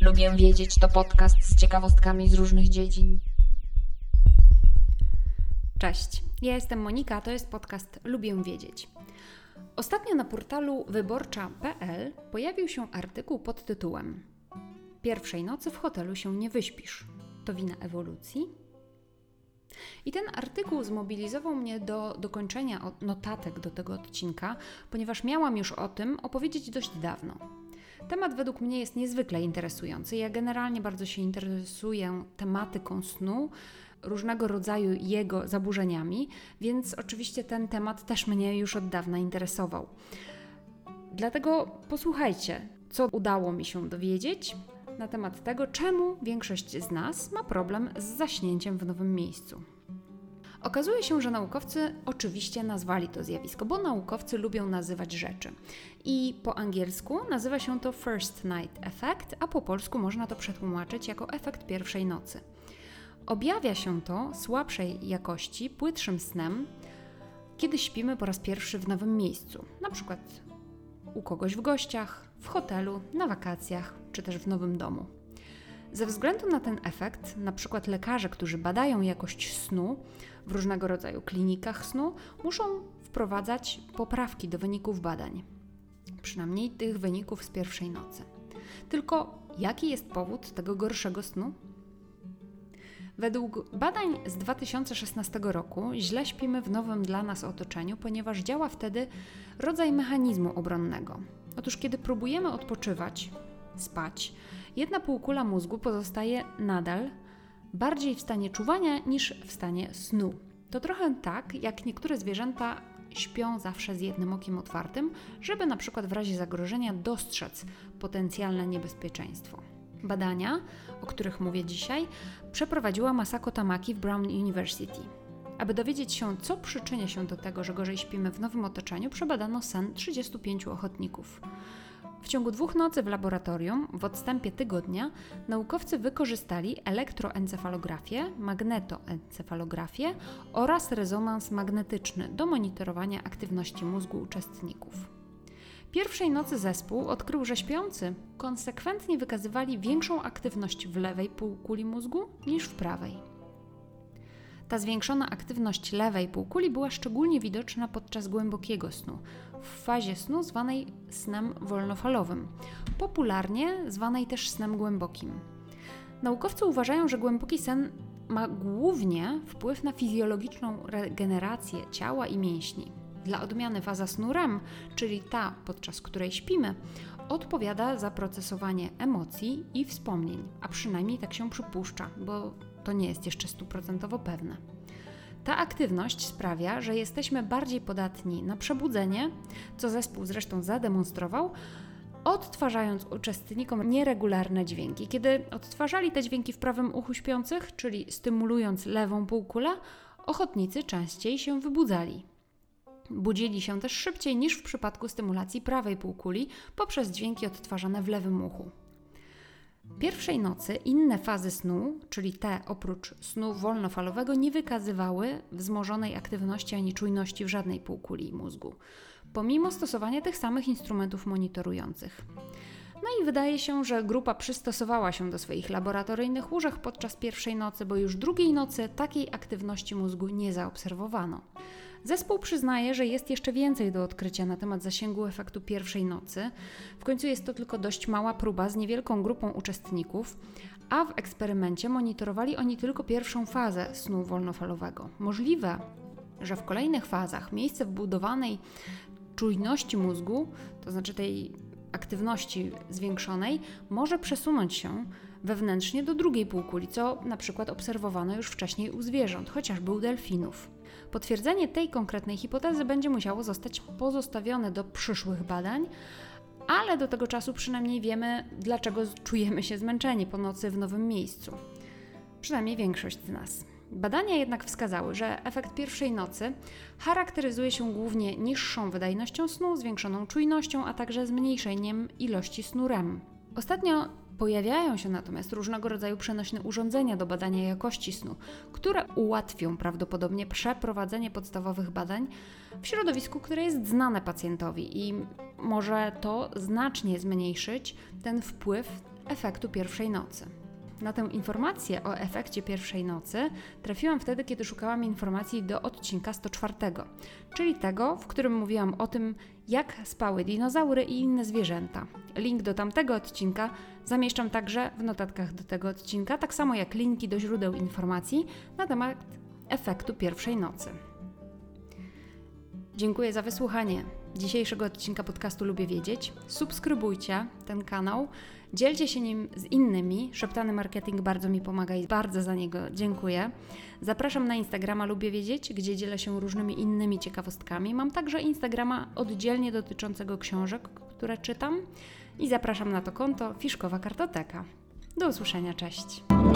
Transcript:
Lubię wiedzieć to podcast z ciekawostkami z różnych dziedzin. Cześć, ja jestem Monika, to jest podcast Lubię wiedzieć. Ostatnio na portalu wyborcza.pl pojawił się artykuł pod tytułem Pierwszej nocy w hotelu się nie wyśpisz. To wina ewolucji? I ten artykuł zmobilizował mnie do dokończenia notatek do tego odcinka, ponieważ miałam już o tym opowiedzieć dość dawno. Temat według mnie jest niezwykle interesujący. Ja generalnie bardzo się interesuję tematyką snu, różnego rodzaju jego zaburzeniami, więc oczywiście ten temat też mnie już od dawna interesował. Dlatego posłuchajcie, co udało mi się dowiedzieć na temat tego, czemu większość z nas ma problem z zaśnięciem w nowym miejscu. Okazuje się, że naukowcy oczywiście nazwali to zjawisko, bo naukowcy lubią nazywać rzeczy. I po angielsku nazywa się to First Night Effect, a po polsku można to przetłumaczyć jako efekt pierwszej nocy. Objawia się to słabszej jakości, płytszym snem, kiedy śpimy po raz pierwszy w nowym miejscu, na przykład u kogoś w gościach, w hotelu, na wakacjach czy też w nowym domu. Ze względu na ten efekt, na przykład lekarze, którzy badają jakość snu w różnego rodzaju klinikach snu, muszą wprowadzać poprawki do wyników badań, przynajmniej tych wyników z pierwszej nocy. Tylko jaki jest powód tego gorszego snu? Według badań z 2016 roku źle śpimy w nowym dla nas otoczeniu, ponieważ działa wtedy rodzaj mechanizmu obronnego. Otóż kiedy próbujemy odpoczywać, spać, jedna półkula mózgu pozostaje nadal bardziej w stanie czuwania niż w stanie snu. To trochę tak, jak niektóre zwierzęta śpią zawsze z jednym okiem otwartym, żeby na przykład w razie zagrożenia dostrzec potencjalne niebezpieczeństwo. Badania, o których mówię dzisiaj, przeprowadziła Masako Tamaki w Brown University. Aby dowiedzieć się, co przyczynia się do tego, że gorzej śpimy w nowym otoczeniu, przebadano sen 35 ochotników. W ciągu 2 nocy w laboratorium, w odstępie tygodnia, naukowcy wykorzystali elektroencefalografię, magnetoencefalografię oraz rezonans magnetyczny do monitorowania aktywności mózgu uczestników. Pierwszej nocy zespół odkrył, że śpiący konsekwentnie wykazywali większą aktywność w lewej półkuli mózgu niż w prawej. Ta zwiększona aktywność lewej półkuli była szczególnie widoczna podczas głębokiego snu, w fazie snu zwanej snem wolnofalowym, popularnie zwanej też snem głębokim. Naukowcy uważają, że głęboki sen ma głównie wpływ na fizjologiczną regenerację ciała i mięśni. Dla odmiany faza snu REM, czyli ta, podczas której śpimy, odpowiada za procesowanie emocji i wspomnień, a przynajmniej tak się przypuszcza, bo to nie jest jeszcze 100% pewne. Ta aktywność sprawia, że jesteśmy bardziej podatni na przebudzenie, co zespół zresztą zademonstrował, odtwarzając uczestnikom nieregularne dźwięki. Kiedy odtwarzali te dźwięki w prawym uchu śpiących, czyli stymulując lewą półkulę, ochotnicy częściej się wybudzali. Budzili się też szybciej niż w przypadku stymulacji prawej półkuli poprzez dźwięki odtwarzane w lewym uchu. Pierwszej nocy inne fazy snu, czyli te oprócz snu wolnofalowego, nie wykazywały wzmożonej aktywności ani czujności w żadnej półkuli mózgu, pomimo stosowania tych samych instrumentów monitorujących. No i wydaje się, że grupa przystosowała się do swoich laboratoryjnych łóżek podczas pierwszej nocy, bo już drugiej nocy takiej aktywności mózgu nie zaobserwowano. Zespół przyznaje, że jest jeszcze więcej do odkrycia na temat zasięgu efektu pierwszej nocy. W końcu jest to tylko dość mała próba z niewielką grupą uczestników, a w eksperymencie monitorowali oni tylko pierwszą fazę snu wolnofalowego. Możliwe, że w kolejnych fazach miejsce wbudowanej czujności mózgu, to znaczy tej aktywności zwiększonej, może przesunąć się wewnętrznie do drugiej półkuli, co na przykład obserwowano już wcześniej u zwierząt, chociażby u delfinów. Potwierdzenie tej konkretnej hipotezy będzie musiało zostać pozostawione do przyszłych badań, ale do tego czasu przynajmniej wiemy, dlaczego czujemy się zmęczeni po nocy w nowym miejscu. Przynajmniej większość z nas. Badania jednak wskazały, że efekt pierwszej nocy charakteryzuje się głównie niższą wydajnością snu, zwiększoną czujnością, a także zmniejszeniem ilości snu REM. Ostatnio pojawiają się natomiast różnego rodzaju przenośne urządzenia do badania jakości snu, które ułatwią prawdopodobnie przeprowadzenie podstawowych badań w środowisku, które jest znane pacjentowi i może to znacznie zmniejszyć ten wpływ efektu pierwszej nocy. Na tę informację o efekcie pierwszej nocy trafiłam wtedy, kiedy szukałam informacji do odcinka 104, czyli tego, w którym mówiłam o tym, jak spały dinozaury i inne zwierzęta. Link do tamtego odcinka zamieszczam także w notatkach do tego odcinka, tak samo jak linki do źródeł informacji na temat efektu pierwszej nocy. Dziękuję za wysłuchanie dzisiejszego odcinka podcastu Lubię Wiedzieć. Subskrybujcie ten kanał, dzielcie się nim z innymi. Szeptany marketing bardzo mi pomaga i bardzo za niego dziękuję. Zapraszam na Instagrama Lubię Wiedzieć, gdzie dzielę się różnymi innymi ciekawostkami. Mam także Instagrama oddzielnie dotyczącego książek, które czytam i zapraszam na to konto Fiszkowa Kartoteka. Do usłyszenia, cześć!